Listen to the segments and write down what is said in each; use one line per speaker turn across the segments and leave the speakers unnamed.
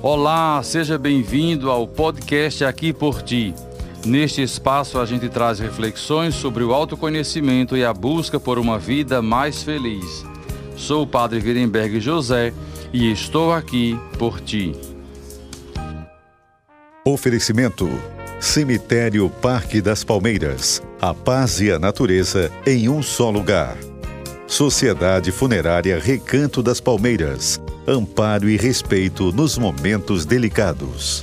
Olá, seja bem-vindo ao podcast Aqui por Ti. Neste espaço a gente traz reflexões sobre o autoconhecimento e a busca por uma vida mais feliz. Sou o Padre Wierenberg José e estou aqui por ti.
Oferecimento: Cemitério Parque das Palmeiras. A paz e a natureza em um só lugar. Sociedade Funerária Recanto das Palmeiras. Amparo e respeito nos momentos delicados.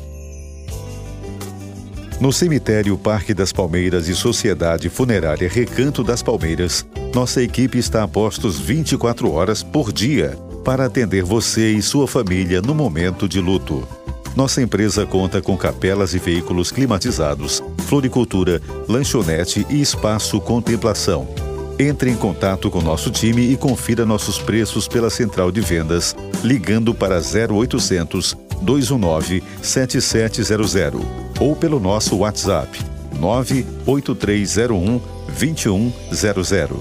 No Cemitério Parque das Palmeiras e Sociedade Funerária Recanto das Palmeiras, nossa equipe está a postos 24 horas por dia para atender você e sua família no momento de luto. Nossa empresa conta com capelas e veículos climatizados, floricultura, lanchonete e espaço contemplação. Entre em contato com nosso time e confira nossos preços pela central de vendas, ligando para 0800 219 7700 ou pelo nosso WhatsApp 98301 2100.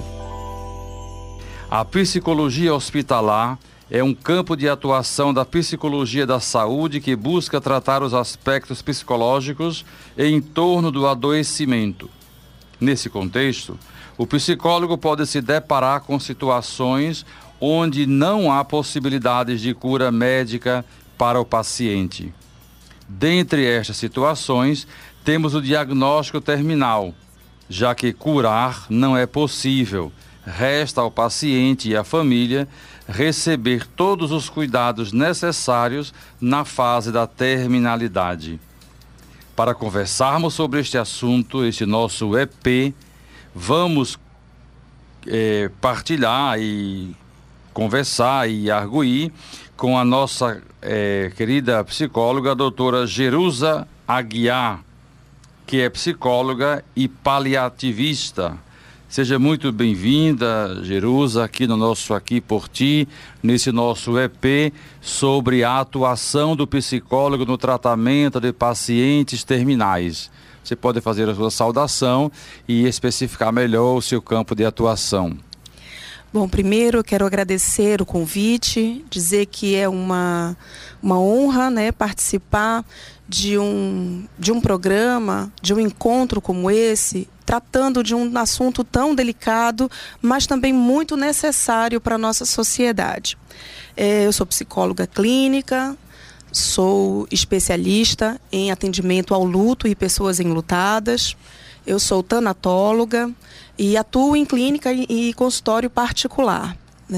A psicologia hospitalar é um campo de atuação da psicologia da saúde que busca tratar os aspectos psicológicos em torno do adoecimento. Nesse contexto, o psicólogo pode se deparar com situações onde não há possibilidades de cura médica para o paciente. Dentre estas situações, temos o diagnóstico terminal, já que curar não é possível. Resta ao paciente e à família receber todos os cuidados necessários na fase da terminalidade. Para conversarmos sobre este assunto, este nosso EP, vamos partilhar e conversar e arguir com a nossa querida psicóloga, a doutora Jerusa Aguiar, que é psicóloga e paliativista. Seja muito bem-vinda, Jerusa, aqui no nosso Aqui por Ti, nesse nosso EP sobre a atuação do psicólogo no tratamento de pacientes terminais. Você pode fazer a sua saudação e especificar melhor o seu campo de atuação.
Bom, primeiro eu quero agradecer o convite, dizer que é uma honra, participar de um programa, de um encontro como esse, tratando de um assunto tão delicado, mas também muito necessário para a nossa sociedade. Eu sou psicóloga clínica, sou especialista em atendimento ao luto e pessoas enlutadas. Eu sou tanatóloga e atuo em clínica e consultório particular.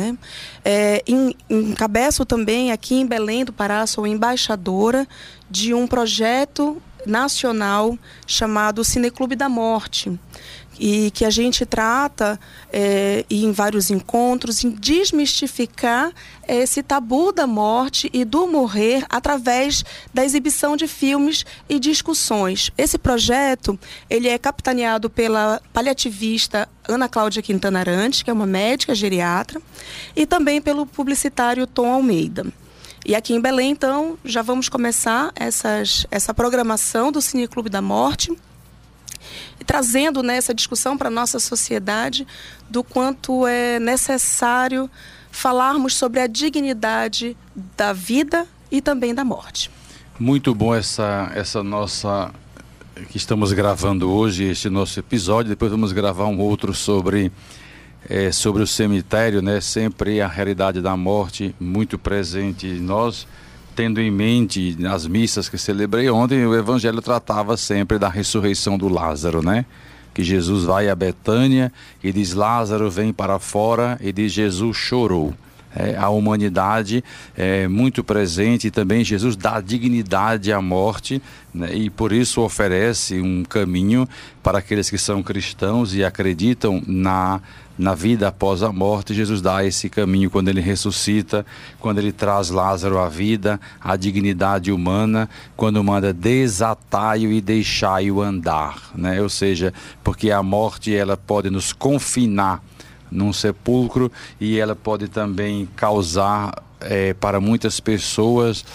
Encabeço também aqui em Belém do Pará, sou embaixadora de um projeto nacional chamado Cineclube da Morte, e que a gente trata em vários encontros em desmistificar esse tabu da morte e do morrer através da exibição de filmes e discussões. Esse projeto ele é capitaneado pela paliativista Ana Cláudia Quintana Arantes, que é uma médica geriatra, e também pelo publicitário Tom Almeida. E aqui em Belém, então, já vamos começar essa programação do Cineclube da Morte, e trazendo essa discussão para a nossa sociedade do quanto é necessário falarmos sobre a dignidade da vida e também da morte.
Muito bom essa nossa que estamos gravando hoje, este nosso episódio. Depois vamos gravar um outro sobre o cemitério, sempre a realidade da morte muito presente em nós, tendo em mente nas missas que celebrei ontem, o Evangelho tratava sempre da ressurreição do Lázaro, que Jesus vai a Betânia e diz: Lázaro vem para fora, e diz: Jesus chorou. A humanidade é muito presente, e também Jesus dá dignidade à morte, e por isso oferece um caminho para aqueles que são cristãos e acreditam na vida após a morte. Jesus dá esse caminho quando ele ressuscita, quando ele traz Lázaro à vida, à dignidade humana, quando manda desatai-o e deixai-o andar, Ou seja, porque a morte ela pode nos confinar num sepulcro, e ela pode também causar para muitas pessoas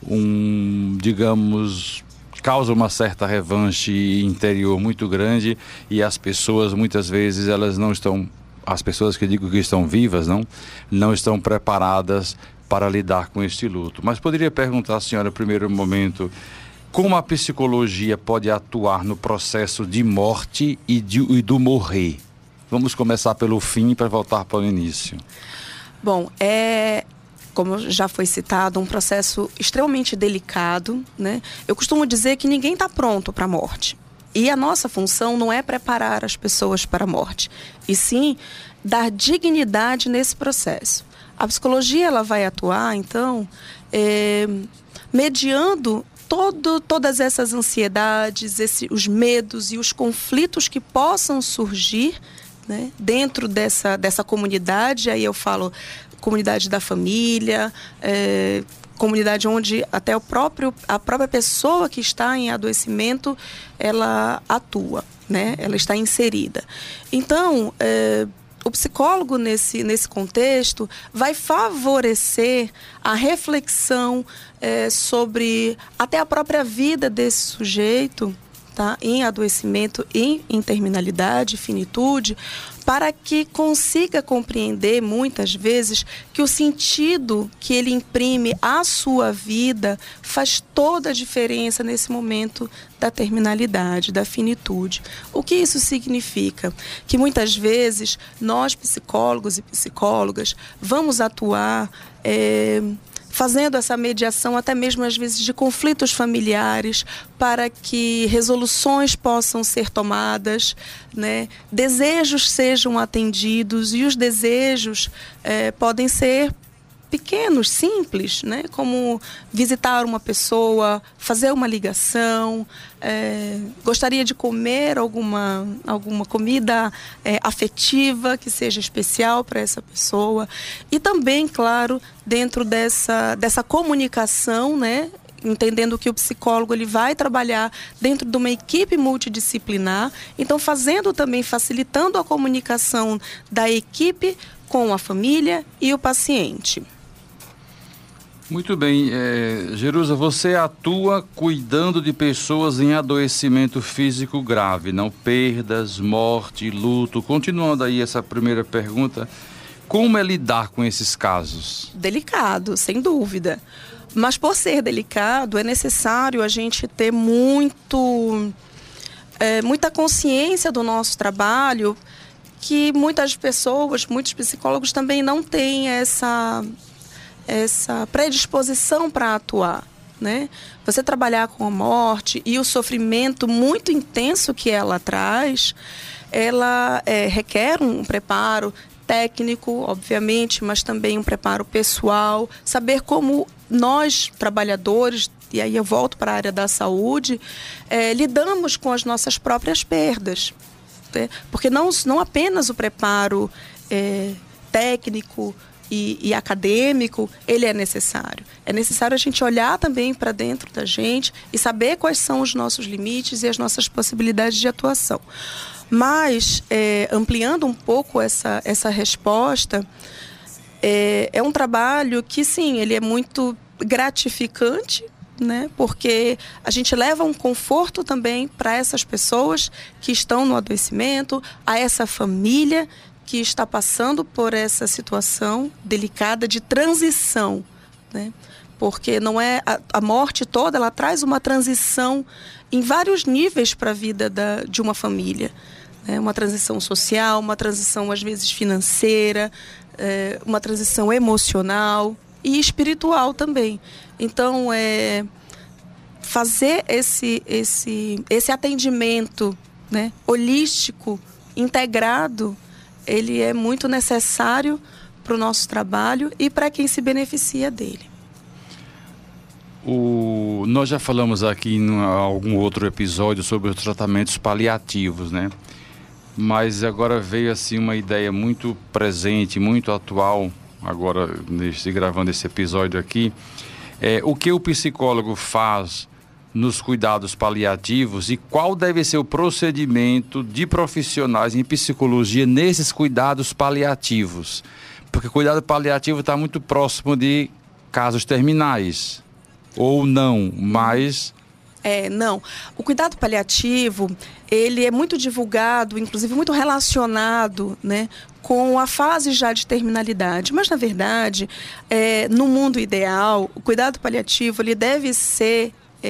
causa uma certa revanche interior muito grande, e as pessoas muitas vezes elas não estão, as pessoas que digo que estão vivas, não estão preparadas para lidar com este luto. Mas poderia perguntar à senhora, no primeiro momento, como a psicologia pode atuar no processo de morte e do morrer? Vamos começar pelo fim para voltar para o início.
Bom, como já foi citado, um processo extremamente delicado, né? Eu costumo dizer que ninguém está pronto para a morte. E a nossa função não é preparar as pessoas para a morte, e sim dar dignidade nesse processo. A psicologia ela vai atuar, então, mediando todas essas ansiedades, os medos e os conflitos que possam surgir, né, dentro dessa comunidade. Aí eu falo comunidade da família, comunidade onde até a própria pessoa que está em adoecimento, ela atua, né? Ela está inserida. Então, o psicólogo nesse contexto vai favorecer a reflexão sobre até a própria vida desse sujeito, tá? Em adoecimento, em terminalidade, finitude, para que consiga compreender muitas vezes que o sentido que ele imprime à sua vida faz toda a diferença nesse momento da terminalidade, da finitude. O que isso significa? Que muitas vezes nós, psicólogos e psicólogas, vamos atuar fazendo essa mediação até mesmo às vezes de conflitos familiares para que resoluções possam ser tomadas, né? Desejos sejam atendidos, e os desejos podem ser pequenos, simples, né? Como visitar uma pessoa, fazer uma ligação, gostaria de comer alguma comida afetiva que seja especial para essa pessoa. E também, claro, dentro dessa comunicação, né? Entendendo que o psicólogo ele vai trabalhar dentro de uma equipe multidisciplinar, então facilitando a comunicação da equipe com a família e o paciente.
Muito bem, Jerusa, você atua cuidando de pessoas em adoecimento físico grave, não perdas, morte, luto. Continuando aí essa primeira pergunta, como é lidar com esses casos? Delicado, sem dúvida.
Mas por ser delicado, é necessário a gente ter muita consciência do nosso trabalho, que muitas pessoas, muitos psicólogos também não têm essa predisposição para atuar, né? Você trabalhar com a morte e o sofrimento muito intenso que ela traz, ela requer um preparo técnico, obviamente, mas também um preparo pessoal, saber como nós, trabalhadores, e aí eu volto para a área da saúde, lidamos com as nossas próprias perdas, né? Porque não apenas o preparo técnico e acadêmico, ele é necessário. É necessário a gente olhar também para dentro da gente e saber quais são os nossos limites e as nossas possibilidades de atuação. Mas, ampliando um pouco essa resposta, é um trabalho que, sim, ele é muito gratificante, né? Porque a gente leva um conforto também para essas pessoas que estão no adoecimento, a essa família que está passando por essa situação delicada de transição, né? Porque não é a morte toda, ela traz uma transição em vários níveis para a vida de uma família, né? Uma transição social, uma transição às vezes financeira, uma transição emocional e espiritual também. Então, fazer esse atendimento, né, holístico, integrado, ele é muito necessário para o nosso trabalho e para quem se beneficia dele.
Nós já falamos aqui em algum outro episódio sobre os tratamentos paliativos, né? Mas agora veio assim uma ideia muito presente, muito atual, agora gravando esse episódio aqui. O que o psicólogo faz nos cuidados paliativos e qual deve ser o procedimento de profissionais em psicologia nesses cuidados paliativos? Porque o cuidado paliativo está muito próximo de casos terminais, ou não, mas
Não. O cuidado paliativo, ele é muito divulgado, inclusive muito relacionado, né, com a fase já de terminalidade. Mas, na verdade, no mundo ideal, o cuidado paliativo ele deve ser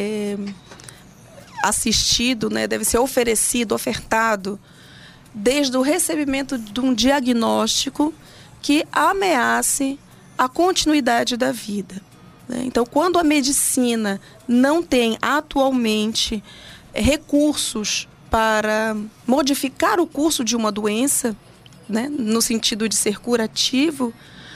assistido, né, deve ser ofertado desde o recebimento de um diagnóstico que ameace a continuidade da vida. Então, quando a medicina não tem atualmente recursos para modificar o curso de uma doença, né, no sentido de ser curativo,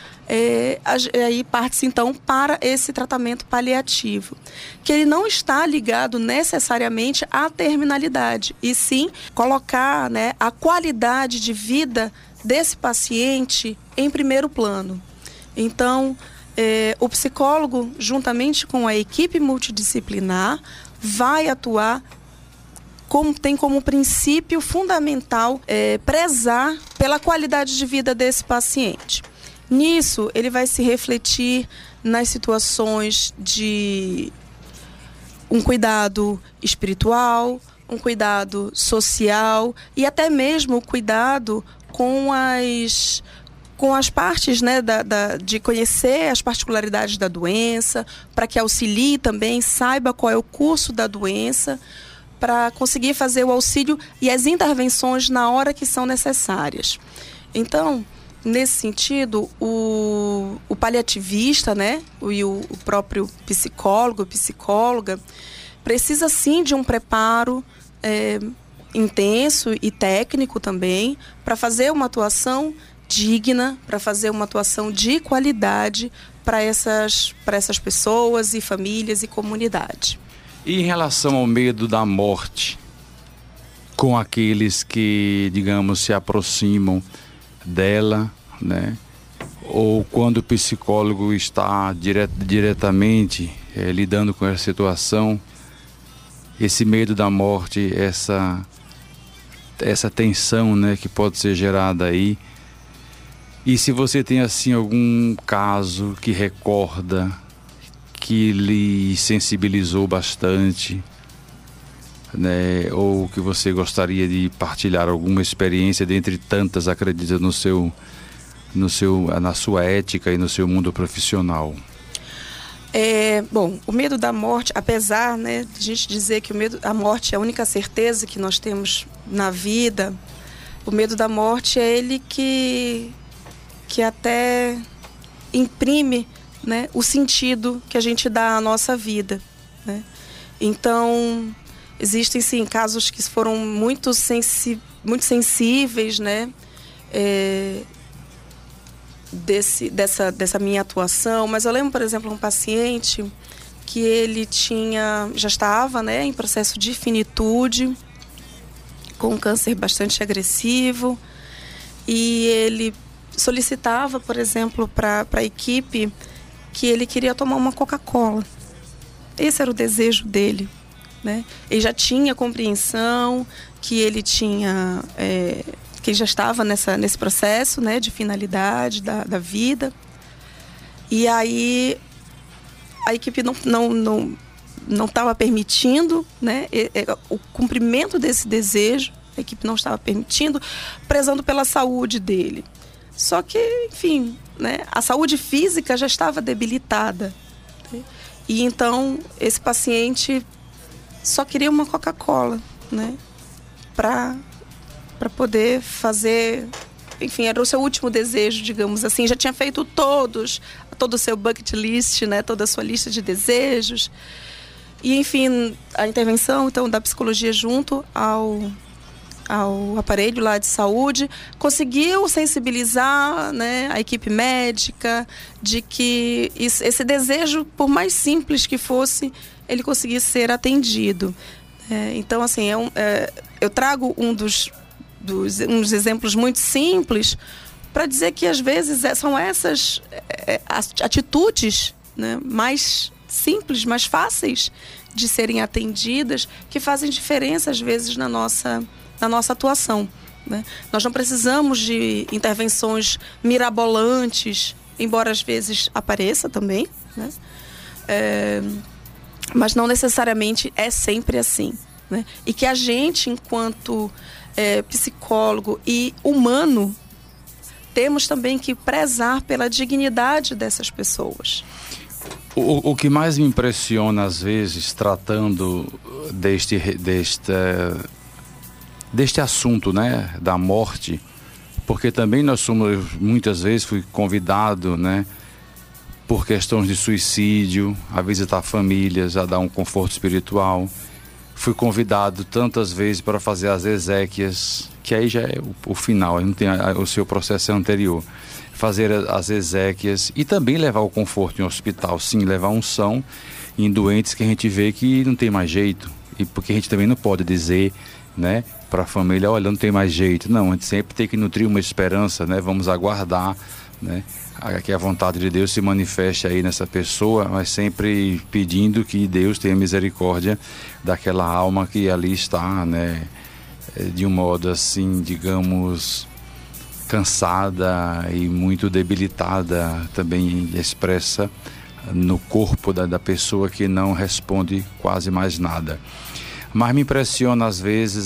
aí parte-se então para esse tratamento paliativo, que ele não está ligado necessariamente à terminalidade, e sim colocar, né, a qualidade de vida desse paciente em primeiro plano. Então, o psicólogo, juntamente com a equipe multidisciplinar, vai atuar, tem como princípio fundamental prezar pela qualidade de vida desse paciente. Nisso, ele vai se refletir nas situações de um cuidado espiritual, um cuidado social e até mesmo o cuidado com as partes, né, de conhecer as particularidades da doença, para que auxilie também, saiba qual é o curso da doença, para conseguir fazer o auxílio e as intervenções na hora que são necessárias. Então, nesse sentido, o paliativista, né, e o próprio psicólogo, psicóloga, precisa sim de um preparo intenso e técnico também, para fazer uma atuação digna, para fazer uma atuação de qualidade para essas pessoas e famílias e comunidade.
E em relação ao medo da morte, com aqueles que, digamos, se aproximam dela, né? Ou quando o psicólogo está diretamente lidando com essa situação, esse medo da morte, essa tensão, né, que pode ser gerada aí. E se você tem assim algum caso que recorda, que lhe sensibilizou bastante, né, ou que você gostaria de partilhar alguma experiência dentre tantas, acredita, na sua ética e no seu mundo profissional?
Bom, o medo da morte, apesar, né, de a gente dizer que o medo da morte é a única certeza que nós temos na vida, o medo da morte é ele que até imprime, né, o sentido que a gente dá à nossa vida, né? Então, existem sim casos que foram muito sensíveis, né, dessa minha atuação, mas eu lembro, por exemplo, um paciente que ele já estava, né, em processo de finitude, com um câncer bastante agressivo, e ele solicitava, por exemplo, para a equipe que ele queria tomar uma Coca-Cola. Esse era o desejo dele, né? Ele já tinha compreensão que ele tinha, que ele já estava nesse processo, né, de finalidade da vida. E aí a equipe não estava permitindo, né, o cumprimento desse desejo. A equipe não estava permitindo, prezando pela saúde dele. Só que, enfim, né, a saúde física já estava debilitada, né? E então esse paciente só queria uma Coca-Cola, né, para poder fazer, enfim, era o seu último desejo, digamos assim. Já tinha feito todo o seu bucket list, né, toda a sua lista de desejos. E, enfim, a intervenção então da psicologia junto ao aparelho lá de saúde, conseguiu sensibilizar, né, a equipe médica de que esse desejo, por mais simples que fosse, ele conseguisse ser atendido. Então, assim, eu trago uns exemplos muito simples para dizer que, às vezes, são essas atitudes, né, mais simples, mais fáceis de serem atendidas, que fazem diferença, às vezes, na nossa atuação, né? Nós não precisamos de intervenções mirabolantes, embora às vezes apareça também, né? mas não necessariamente é sempre assim, né? E que a gente, enquanto psicólogo e humano, temos também que prezar pela dignidade dessas pessoas.
O que mais me impressiona, às vezes, tratando deste assunto, né, da morte, porque também muitas vezes fui convidado, né, por questões de suicídio, a visitar famílias, a dar um conforto espiritual. Fui convidado tantas vezes para fazer as exéquias, que aí já é o final, não tem o seu processo anterior. Fazer as exéquias e também levar o conforto em hospital, sim, levar unção em doentes que a gente vê que não tem mais jeito. E porque a gente também não pode dizer, né, para a família, olha, não tem mais jeito. Não, a gente sempre tem que nutrir uma esperança, né, vamos aguardar, né, que a vontade de Deus se manifeste aí nessa pessoa, mas sempre pedindo que Deus tenha misericórdia daquela alma que ali está, né, de um modo assim, digamos, cansada e muito debilitada, também expressa no corpo da pessoa que não responde quase mais nada. Mas me impressiona às vezes,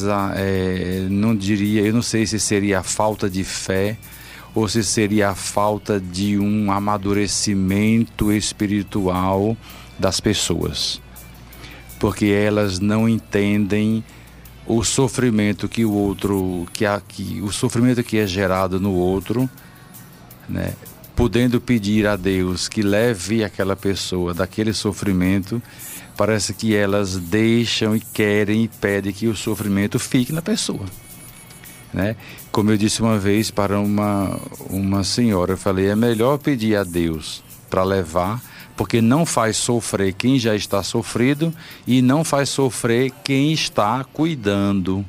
eu não sei se seria a falta de fé ou se seria a falta de um amadurecimento espiritual das pessoas, porque elas não entendem o sofrimento que o outro, o sofrimento que é gerado no outro, né? Podendo pedir a Deus que leve aquela pessoa daquele sofrimento, parece que elas deixam e querem e pedem que o sofrimento fique na pessoa, né? Como eu disse uma vez para uma senhora, eu falei, é melhor pedir a Deus para levar, porque não faz sofrer quem já está sofrido e não faz sofrer quem está cuidando.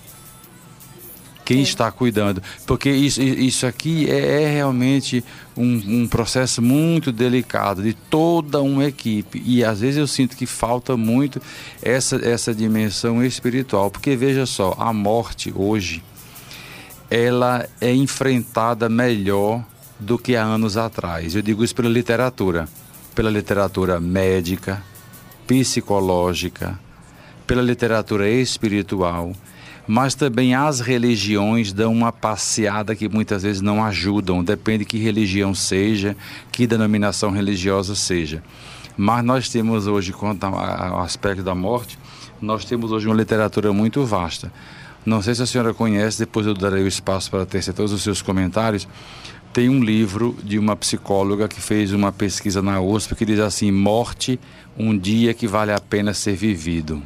Quem está cuidando. Porque isso aqui é realmente um processo muito delicado de toda uma equipe. E às vezes eu sinto que falta muito essa dimensão espiritual. Porque veja só, a morte hoje, ela é enfrentada melhor do que há anos atrás. Eu digo isso pela literatura médica, psicológica, pela literatura espiritual, mas também as religiões dão uma passeada que muitas vezes não ajudam, depende de que religião seja, que denominação religiosa seja. Mas nós temos hoje, quanto ao aspecto da morte, nós temos hoje uma literatura muito vasta. Não sei se a senhora conhece, depois eu darei o espaço para tecer todos os seus comentários. Tem um livro de uma psicóloga que fez uma pesquisa na USP que diz assim, morte, um dia que vale a pena ser vivido.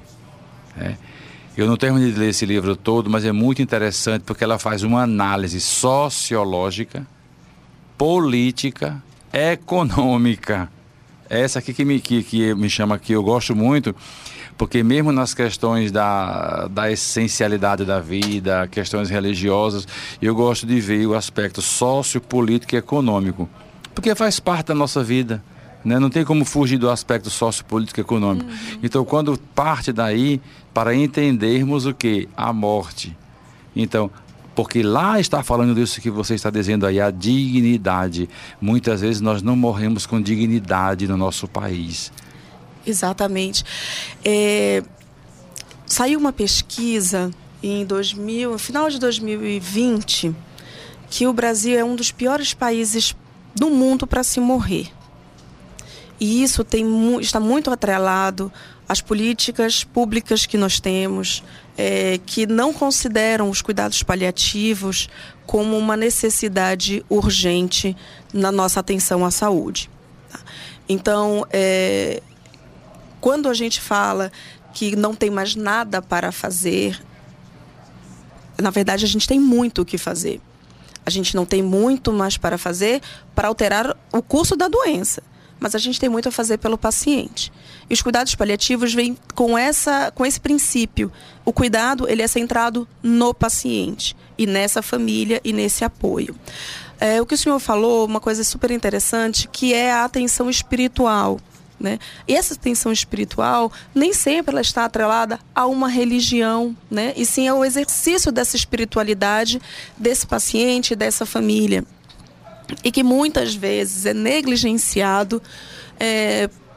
Eu não terminei de ler esse livro todo, mas é muito interessante porque ela faz uma análise sociológica, política, econômica. Essa aqui que me chama aqui, eu gosto muito, porque mesmo nas questões da essencialidade da vida, questões religiosas, eu gosto de ver o aspecto sociopolítico e econômico, porque faz parte da nossa vida, né? Não tem como fugir do aspecto sociopolítico e econômico. Então, quando parte daí, para entendermos o que? A morte. Então, porque lá está falando disso que você está dizendo aí, a dignidade. Muitas vezes nós não morremos com dignidade no nosso país.
Exatamente. Saiu uma pesquisa no final de 2020, que o Brasil é um dos piores países do mundo para se morrer. E isso está muito atrelado às políticas públicas que nós temos, que não consideram os cuidados paliativos como uma necessidade urgente na nossa atenção à saúde. Então, quando a gente fala que não tem mais nada para fazer, na verdade a gente tem muito o que fazer. A gente não tem muito mais para fazer para alterar o curso da doença, mas a gente tem muito a fazer pelo paciente. E os cuidados paliativos vêm com esse princípio. O cuidado, ele é centrado no paciente e nessa família e nesse apoio. O que o senhor falou, uma coisa super interessante, que é a atenção espiritual, né? E essa atenção espiritual, nem sempre ela está atrelada a uma religião, né? E sim ao exercício dessa espiritualidade desse paciente, dessa família. E que muitas vezes é negligenciado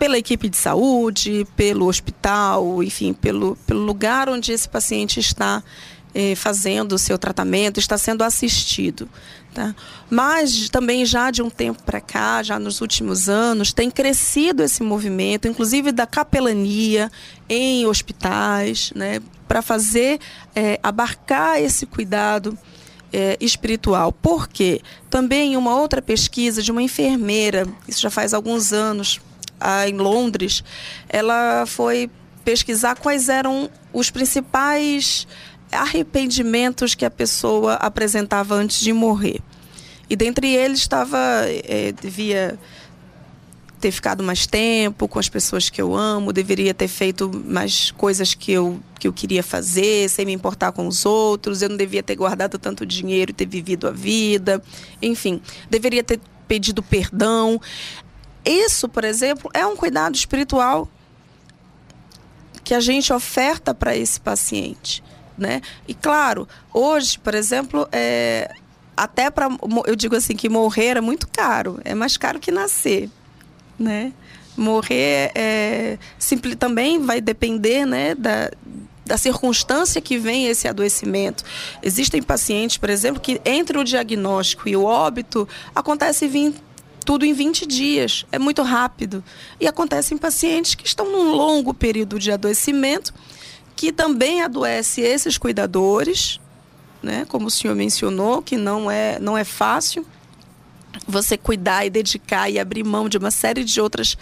pela equipe de saúde, pelo hospital, enfim, pelo lugar onde esse paciente está fazendo o seu tratamento, está sendo assistido. Tá? Mas também já de um tempo para cá, já nos últimos anos, tem crescido esse movimento, inclusive da capelania em hospitais, né, para fazer, abarcar esse cuidado espiritual. Por quê? Também uma outra pesquisa de uma enfermeira, isso já faz alguns anos, em Londres, ela foi pesquisar quais eram os principais arrependimentos que a pessoa apresentava antes de morrer. E dentre eles devia ter ficado mais tempo com as pessoas que eu amo, deveria ter feito mais coisas que eu queria fazer, sem me importar com os outros, eu não devia ter guardado tanto dinheiro e ter vivido a vida, enfim, deveria ter pedido perdão. Isso, por exemplo, é um cuidado espiritual que a gente oferta para esse paciente, né? E claro, hoje, por exemplo, até eu digo assim que morrer é muito caro, é mais caro que nascer, né? Morrer também vai depender, né, da circunstância que vem esse adoecimento. Existem pacientes, por exemplo, que entre o diagnóstico e o óbito acontece tudo em 20 dias, é muito rápido. E acontece em pacientes que estão num longo período de adoecimento, que também adoece esses cuidadores, né? Como o senhor mencionou, que não é fácil você cuidar e dedicar e abrir mão de uma série de outras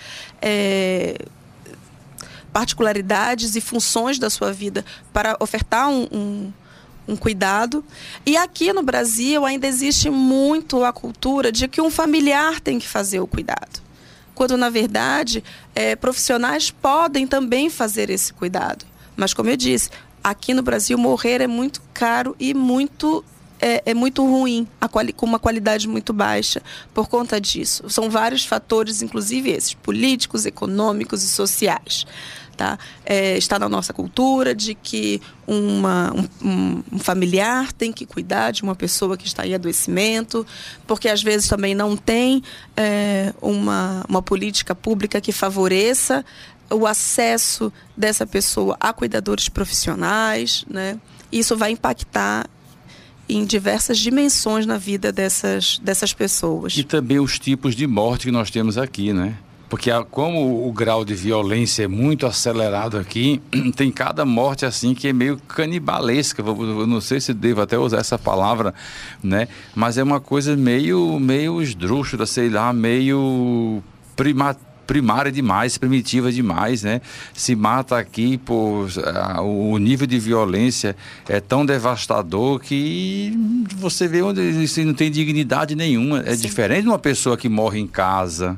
particularidades e funções da sua vida para ofertar um cuidado. E aqui no Brasil ainda existe muito a cultura de que um familiar tem que fazer o cuidado, quando na verdade profissionais podem também fazer esse cuidado. Mas como eu disse, aqui no Brasil morrer é muito caro e muito ruim, com uma qualidade muito baixa por conta disso. São vários fatores, inclusive esses, políticos, econômicos e sociais. Tá? Está na nossa cultura de que um familiar tem que cuidar de uma pessoa que está em adoecimento, porque às vezes também não tem uma política pública que favoreça o acesso dessa pessoa a cuidadores profissionais, né? Isso vai impactar em diversas dimensões na vida dessas pessoas.
E também os tipos de morte que nós temos aqui, né? Porque como o grau de violência é muito acelerado aqui, tem cada morte assim que é meio canibalesca. Eu não sei se devo até usar essa palavra, né? Mas é uma coisa meio esdrúxula, sei lá, meio primária demais, primitiva demais, né? Se mata aqui, o nível de violência é tão devastador que você vê onde isso não tem dignidade nenhuma. É Sim. Diferente de uma pessoa que morre em casa,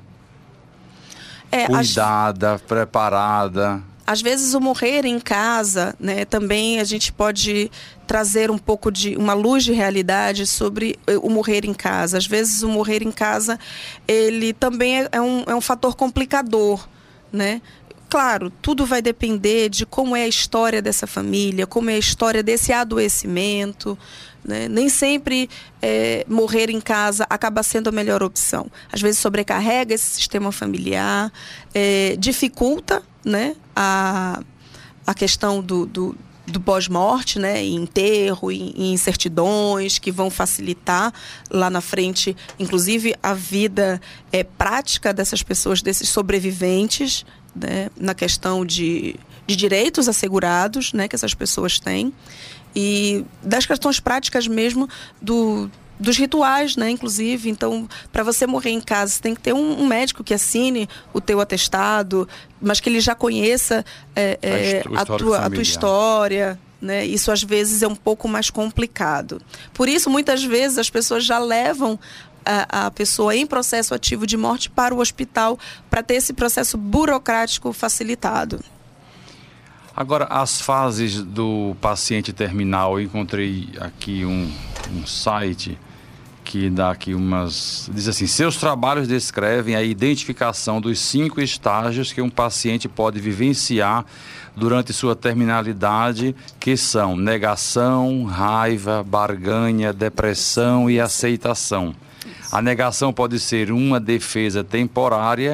cuidada, preparada.
Às vezes o morrer em casa, né, também a gente pode trazer um pouco de uma luz de realidade sobre o morrer em casa. Às vezes o morrer em casa, ele também é um fator complicador, né? Claro, tudo vai depender de como é a história dessa família, como é a história desse adoecimento, né? Nem sempre morrer em casa acaba sendo a melhor opção. Às vezes sobrecarrega esse sistema familiar, dificulta, né, a questão do pós-morte, né, em enterro, em certidões que vão facilitar lá na frente, inclusive a vida prática dessas pessoas, desses sobreviventes, né, na questão de direitos assegurados, né, que essas pessoas têm, e das questões práticas mesmo dos rituais, né, inclusive. Então, para você morrer em casa, você tem que ter um médico que assine o teu atestado, mas que ele já conheça a tua história, né? Isso às vezes é um pouco mais complicado. Por isso, muitas vezes as pessoas já levam a pessoa em processo ativo de morte para o hospital para ter esse processo burocrático facilitado.
Agora, as fases do paciente terminal, eu encontrei aqui um site que dá aqui diz assim: seus trabalhos descrevem a identificação dos 5 estágios que um paciente pode vivenciar durante sua terminalidade, que são negação, raiva, barganha, depressão e aceitação. A negação pode ser uma defesa temporária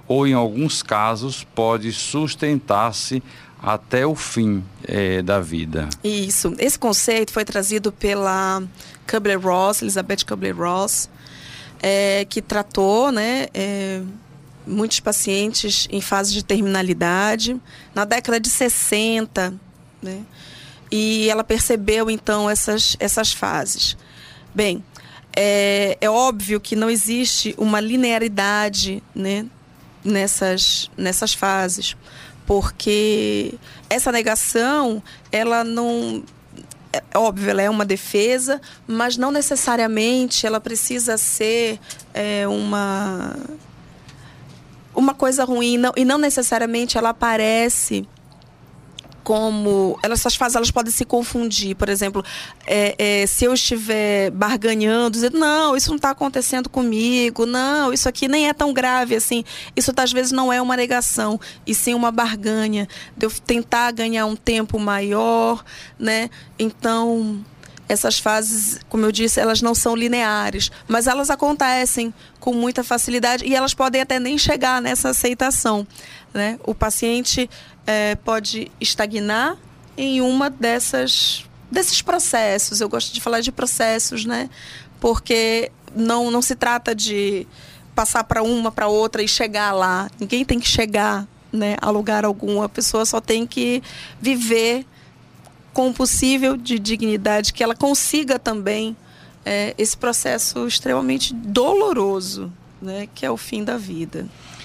ou em alguns casos pode sustentar-se até o fim da vida.
Isso. Esse conceito foi trazido pela Kubler-Ross, Elizabeth Kubler-Ross, que tratou, né, muitos pacientes em fase de terminalidade na década de 60, né? E ela percebeu, então, essas fases. Bem, é óbvio que não existe uma linearidade, né, nessas fases, porque essa negação, ela não... É óbvio, ela é uma defesa, mas não necessariamente ela precisa ser uma coisa ruim, e não necessariamente ela aparece como... Essas fases, elas podem se confundir. Por exemplo, se eu estiver barganhando, dizendo, não, isso não está acontecendo comigo, não, isso aqui nem é tão grave assim. Isso, às vezes, não é uma negação, e sim uma barganha, de eu tentar ganhar um tempo maior, né? Então, essas fases, como eu disse, elas não são lineares, mas elas acontecem com muita facilidade, e elas podem até nem chegar nessa aceitação, né? O paciente pode estagnar em uma desses processos. Eu gosto de falar de processos, né? Porque não se trata de passar para uma, para outra e chegar lá. Ninguém tem que chegar, né, a lugar algum. A pessoa só tem que viver com o possível de dignidade, que ela consiga também esse processo extremamente doloroso, né, que é o fim da vida.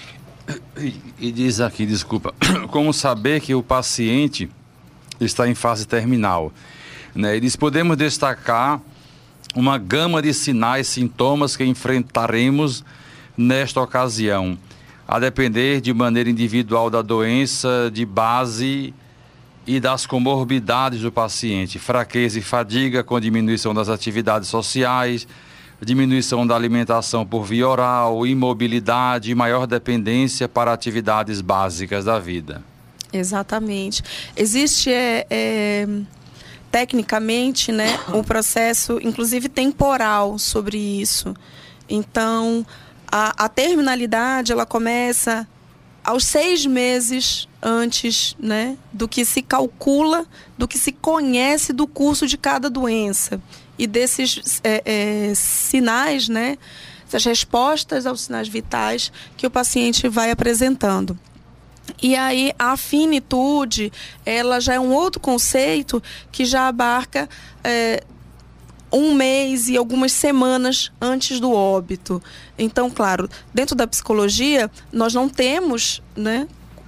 E diz aqui, desculpa, como saber que o paciente está em fase terminal, né? E diz, podemos destacar uma gama de sinais, sintomas que enfrentaremos nesta ocasião, a depender de maneira individual da doença de base e das comorbidades do paciente: fraqueza e fadiga com diminuição das atividades sociais, diminuição da alimentação por via oral, imobilidade e maior dependência para atividades básicas da vida. Exatamente.
Existe, tecnicamente, né, um processo, inclusive temporal, sobre isso. Então, a terminalidade, ela começa aos 6 meses antes, né, do que se calcula, do que se conhece do curso de cada doença. E desses sinais, né, essas respostas aos sinais vitais que o paciente vai apresentando. E aí a finitude, ela já é um outro conceito que já abarca 1 mês e algumas semanas antes do óbito. Então, claro, dentro da psicologia, nós não temos, né,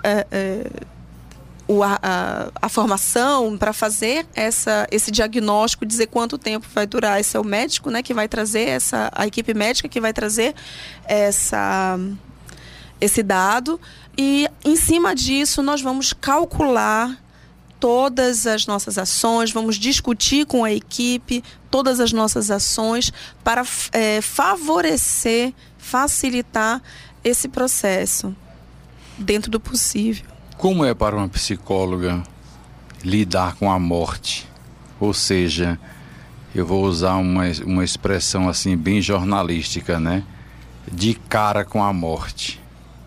a formação para fazer esse diagnóstico, dizer quanto tempo vai durar. Esse é o médico, né, que vai trazer a equipe médica que vai trazer esse dado, e em cima disso nós vamos calcular todas as nossas ações, vamos discutir com a equipe todas as nossas ações para favorecer, facilitar esse processo dentro do possível.
Como é para uma psicóloga lidar com a morte? Ou seja, eu vou usar uma expressão assim bem jornalística, né? De cara com a morte.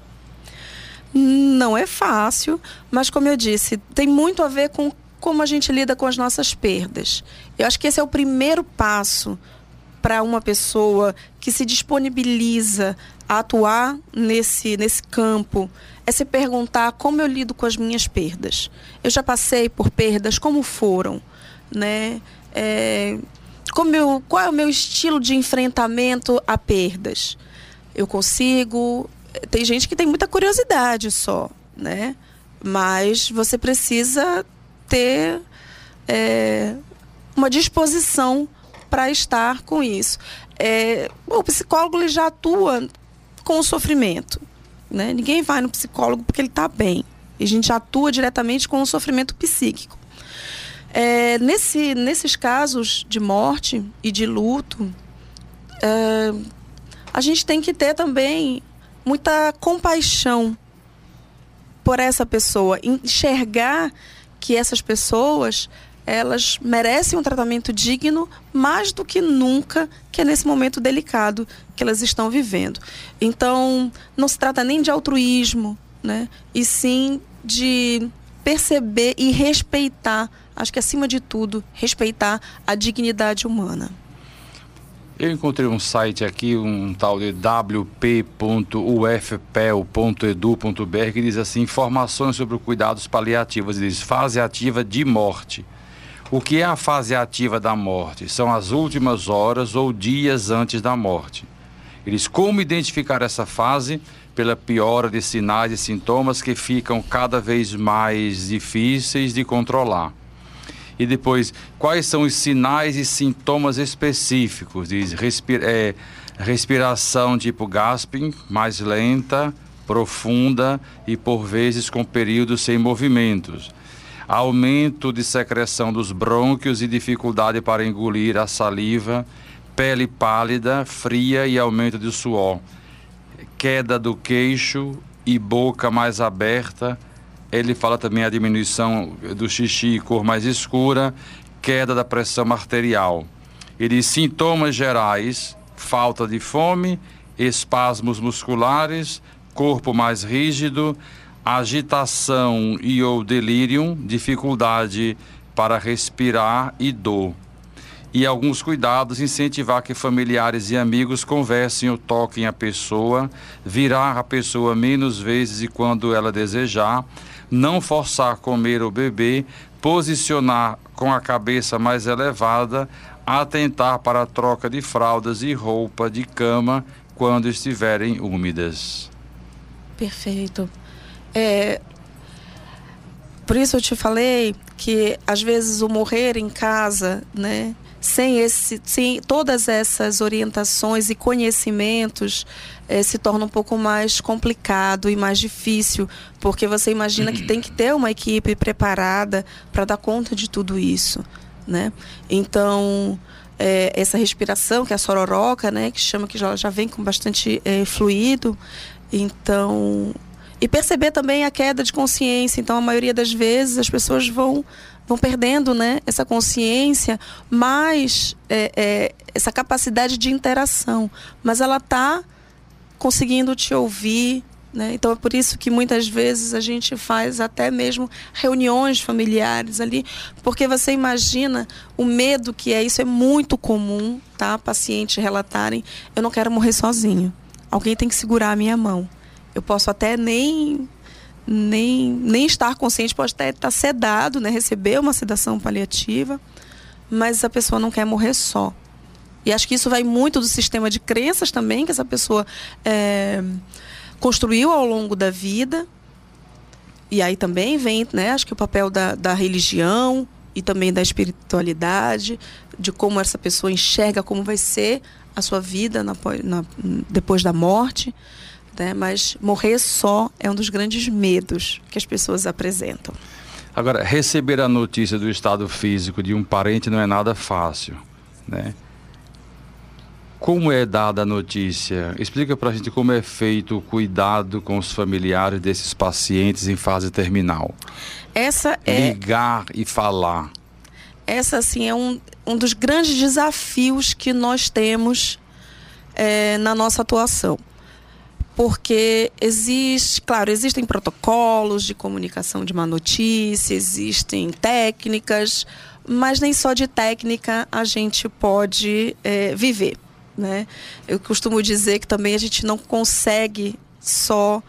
Não é fácil, mas como eu disse, tem muito a ver com como a gente lida com as nossas perdas. Eu acho que esse é o primeiro passo para uma pessoa que se disponibiliza a atuar nesse campo, é se perguntar como eu lido com as minhas perdas. Eu já passei por perdas, como foram, né? Qual é o meu estilo de enfrentamento a perdas? Eu consigo... Tem gente que tem muita curiosidade só, né? Mas você precisa ter uma disposição para estar com isso. O psicólogo, ele já atua com o sofrimento, né? Ninguém vai no psicólogo porque ele está bem. A gente já atua diretamente com o sofrimento psíquico. Nesses casos de morte e de luto, a gente tem que ter também muita compaixão por essa pessoa, enxergar que essas pessoas, elas merecem um tratamento digno mais do que nunca, que é nesse momento delicado que elas estão vivendo. Então, não se trata nem de altruísmo, né? E sim de perceber e respeitar, acho que acima de tudo, respeitar a dignidade humana.
Eu encontrei um site aqui, um tal de wp.ufpel.edu.br, que diz assim: informações sobre cuidados paliativos. Diz fase ativa de morte. O que é a fase ativa da morte? São as últimas horas ou dias antes da morte. Eles como identificar essa fase? Pela piora de sinais e sintomas que ficam cada vez mais difíceis de controlar. E depois, quais são os sinais e sintomas específicos? Diz respiração tipo gasping, mais lenta, profunda e por vezes com períodos sem movimentos. Aumento de secreção dos brônquios e dificuldade para engolir a saliva, pele pálida, fria e aumento de suor. Queda do queixo e boca mais aberta. Ele fala também a diminuição do xixi e cor mais escura, queda da pressão arterial. Ele diz sintomas gerais: falta de fome, espasmos musculares, corpo mais rígido, agitação e ou delírio, dificuldade para respirar e dor. E alguns cuidados: incentivar que familiares e amigos conversem ou toquem a pessoa, virar a pessoa menos vezes e quando ela desejar, não forçar a comer ou beber, posicionar com a cabeça mais elevada, atentar para a troca de fraldas e roupa de cama quando estiverem úmidas.
Perfeito. Por isso eu te falei que às vezes o morrer em casa, né, sem todas essas orientações e conhecimentos, se torna um pouco mais complicado e mais difícil, porque você imagina que tem que ter uma equipe preparada para dar conta de tudo isso, né? Então, essa respiração, que é a sororoca, né, que chama, que já vem com bastante fluido, então... E perceber também a queda de consciência. Então, a maioria das vezes, as pessoas vão perdendo, né, essa consciência, mas essa capacidade de interação. Mas ela está conseguindo te ouvir, né? Então, é por isso que muitas vezes a gente faz até mesmo reuniões familiares ali, porque você imagina o medo que é. Isso é muito comum, tá? Pacientes relatarem: eu não quero morrer sozinho. Alguém tem que segurar a minha mão. Eu posso até nem estar consciente, pode até estar sedado, né? Receber uma sedação paliativa, mas a pessoa não quer morrer só. E acho que isso vai muito do sistema de crenças também, que essa pessoa construiu ao longo da vida. E aí também vem, né, acho que o papel da religião e também da espiritualidade, de como essa pessoa enxerga como vai ser a sua vida depois da morte. Né? Mas morrer só é um dos grandes medos que as pessoas apresentam.
Agora, receber a notícia do estado físico de um parente não é nada fácil, né? Como é dada a notícia? Explica pra gente como é feito o cuidado com os familiares desses pacientes em fase terminal. Ligar e falar.
Essa, assim, é um dos grandes desafios que nós temos na nossa atuação. Porque existem protocolos de comunicação de má notícia, existem técnicas, mas nem só de técnica a gente pode viver, né? Eu costumo dizer que também a gente não consegue só...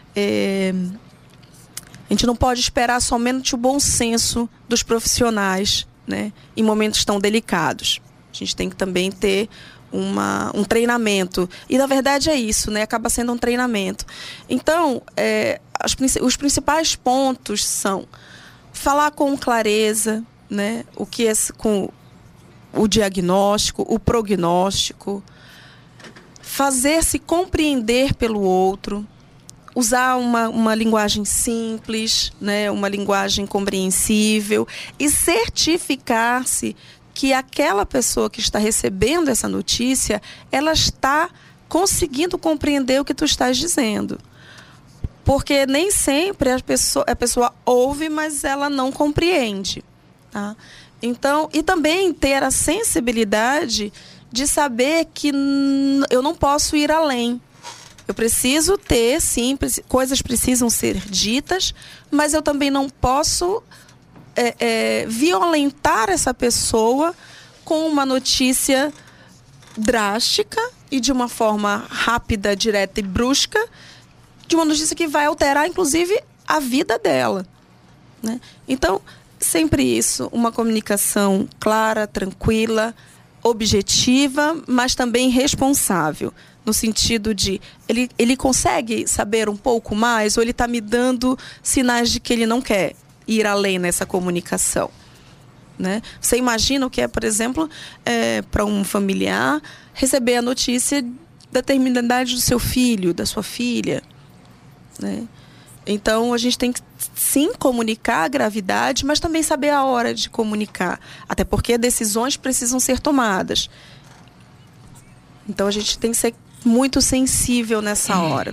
a gente não pode esperar somente o bom senso dos profissionais, né, em momentos tão delicados. A gente tem que também ter um treinamento. E, na verdade, é isso, né? Acaba sendo um treinamento. Então, os principais pontos são falar com clareza, né? O que é com o diagnóstico, o prognóstico, fazer-se compreender pelo outro, usar uma linguagem simples, né? Uma linguagem compreensível e certificar-se que aquela pessoa que está recebendo essa notícia, ela está conseguindo compreender o que tu estás dizendo. Porque nem sempre a pessoa ouve, mas ela não compreende. Tá? Então, e também ter a sensibilidade de saber que eu não posso ir além. Eu preciso ter, sim, coisas precisam ser ditas, mas eu também não posso violentar essa pessoa com uma notícia drástica e de uma forma rápida, direta e brusca, de uma notícia que vai alterar, inclusive, a vida dela, né? Então, sempre isso, uma comunicação clara, tranquila, objetiva, mas também responsável, no sentido de ele consegue saber um pouco mais ou ele está me dando sinais de que ele não quer ir além nessa comunicação, né? Você imagina o que é, por exemplo, para um familiar receber a notícia da terminalidade do seu filho, da sua filha, né? Então, a gente tem que, sim, comunicar a gravidade, mas também saber a hora de comunicar. Até porque decisões precisam ser tomadas. Então, a gente tem que ser muito sensível nessa hora.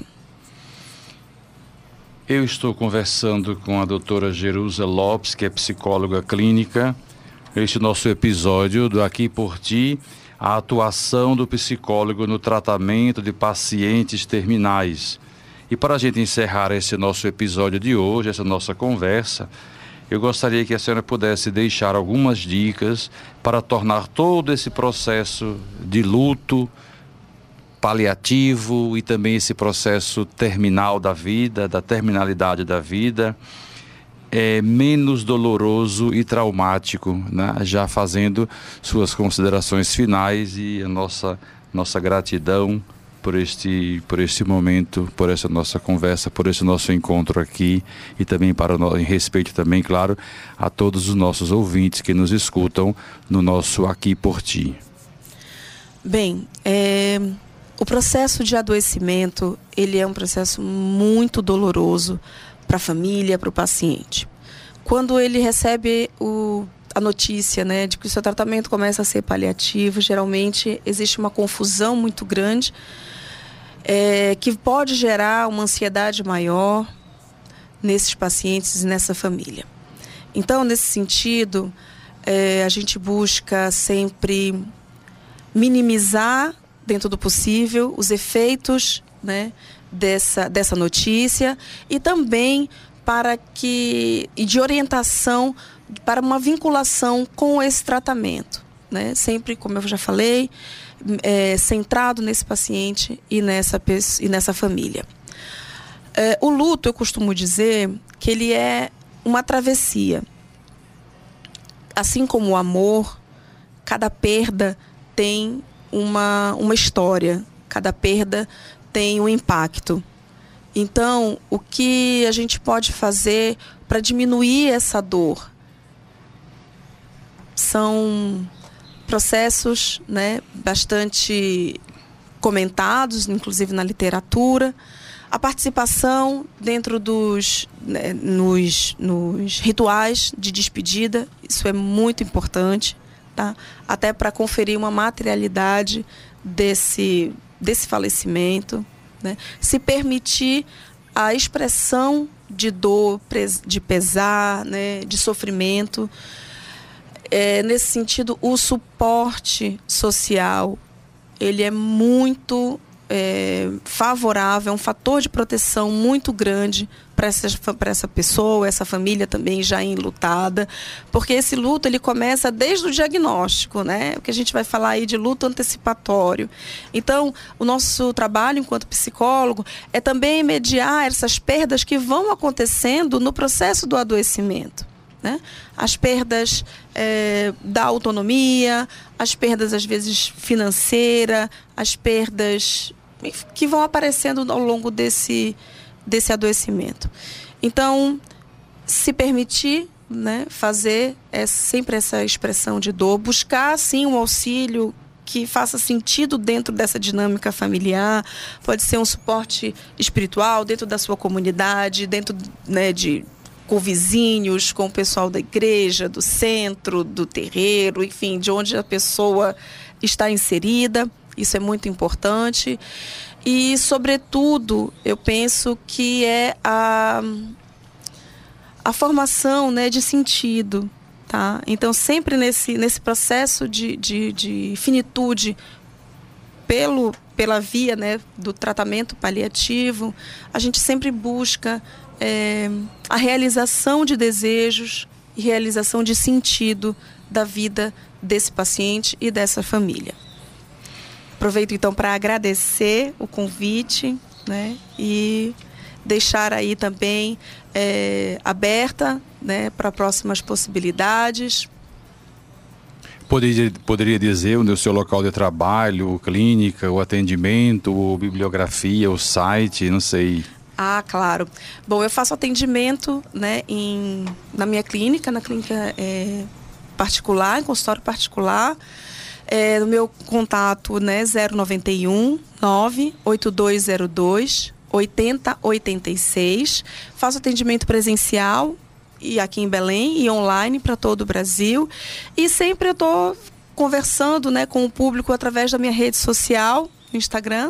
Eu estou conversando com a doutora Jerusa Lopes, que é psicóloga clínica. Este nosso episódio do Aqui por Ti, a atuação do psicólogo no tratamento de pacientes terminais. E para a gente encerrar esse nosso episódio de hoje, essa nossa conversa, eu gostaria que a senhora pudesse deixar algumas dicas para tornar todo esse processo de luto paliativo e também esse processo terminal da vida, da terminalidade da vida, menos doloroso e traumático, né? Já fazendo suas considerações finais e a nossa gratidão por este momento, por essa nossa conversa, por esse nosso encontro aqui e também em respeito também, claro, a todos os nossos ouvintes que nos escutam no nosso Aqui por Ti.
Bem, o processo de adoecimento, ele é um processo muito doloroso para a família, para o paciente. Quando ele recebe a notícia, né, de que o seu tratamento começa a ser paliativo, geralmente existe uma confusão muito grande, que pode gerar uma ansiedade maior nesses pacientes e nessa família. Então, nesse sentido, a gente busca sempre minimizar, dentro do possível, os efeitos, né, dessa notícia e também e de orientação para uma vinculação com esse tratamento, né? Sempre, como eu já falei, centrado nesse paciente e nessa família. O luto, eu costumo dizer que ele é uma travessia. Assim como o amor, cada perda tem uma história, cada perda tem um impacto. Então, o que a gente pode fazer para diminuir essa dor? São processos, né, bastante comentados, inclusive na literatura. A participação dentro nos rituais de despedida, isso é muito importante, tá? Até para conferir uma materialidade desse falecimento, né? Se permitir a expressão de dor, de pesar, né, de sofrimento. Nesse sentido, o suporte social, ele é muito favorável, é um fator de proteção muito grande para essa pessoa, essa família também já enlutada, porque esse luto ele começa desde o diagnóstico, né? O que a gente vai falar aí de luto antecipatório. Então, o nosso trabalho enquanto psicólogo é também mediar essas perdas que vão acontecendo no processo do adoecimento, né? As perdas da autonomia, as perdas às vezes financeiras, as perdas que vão aparecendo ao longo desse adoecimento. Então, se permitir, né, fazer sempre essa expressão de dor, buscar sim um auxílio que faça sentido dentro dessa dinâmica familiar, pode ser um suporte espiritual dentro da sua comunidade, dentro, né, com vizinhos, com o pessoal da igreja, do centro, do terreiro, enfim, de onde a pessoa está inserida. Isso é muito importante. E, sobretudo, eu penso que é a formação, né, de sentido, tá? Então, sempre nesse processo de finitude pela via, né, do tratamento paliativo, a gente sempre busca a realização de desejos e realização de sentido da vida desse paciente e dessa família. Aproveito então para agradecer o convite, né, e deixar aí também aberta, né, para próximas possibilidades.
Poderia dizer o seu local de trabalho, clínica, o atendimento, bibliografia, o site, não sei.
Ah, claro. Bom, eu faço atendimento, né, na minha clínica, particular, em consultório particular. No meu contato, né, 091 98202 8086. Faço atendimento presencial e aqui em Belém e online para todo o Brasil. E sempre eu estou conversando, né, com o público através da minha rede social, Instagram,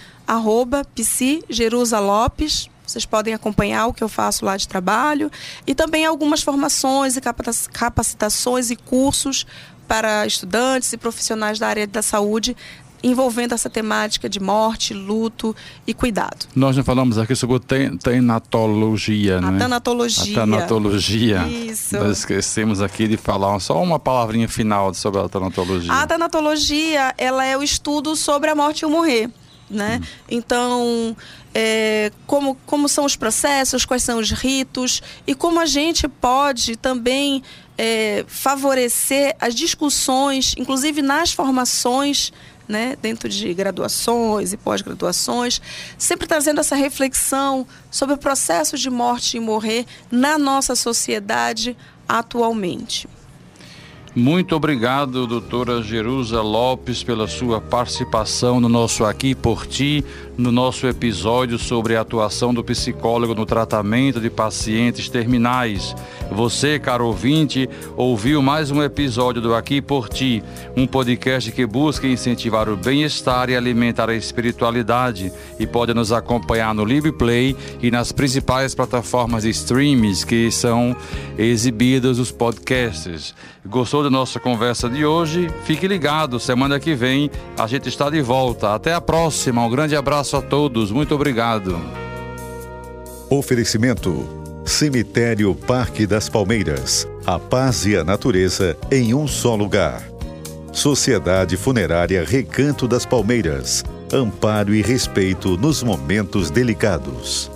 @psijerusalopes. Vocês podem acompanhar o que eu faço lá de trabalho e também algumas formações e capacitações e cursos para estudantes e profissionais da área da saúde envolvendo essa temática de morte, luto e cuidado.
Nós já falamos aqui sobre tanatologia, né?
Tanatologia.
A tanatologia.
Isso.
Nós esquecemos aqui de falar só uma palavrinha final sobre a tanatologia.
A tanatologia, ela é o estudo sobre a morte e o morrer, né? Então, como são os processos, quais são os ritos e como a gente pode também favorecer as discussões, inclusive nas formações, né, dentro de graduações e pós-graduações, sempre trazendo essa reflexão sobre o processo de morte e morrer na nossa sociedade atualmente.
Muito obrigado, doutora Jerusa Lopes, pela sua participação no nosso Aqui por Ti, no nosso episódio sobre a atuação do psicólogo no tratamento de pacientes terminais. Você, caro ouvinte, ouviu mais um episódio do Aqui por Ti, um podcast que busca incentivar o bem-estar e alimentar a espiritualidade, e pode nos acompanhar no LibrePlay e nas principais plataformas de streams que são exibidos os podcasts. Gostou da nossa conversa de hoje? Fique ligado, semana que vem a gente está de volta. Até a próxima, um grande abraço a todos, muito obrigado.
Oferecimento: Cemitério Parque das Palmeiras, a paz e a natureza em um só lugar. Sociedade Funerária Recanto das Palmeiras, amparo e respeito nos momentos delicados.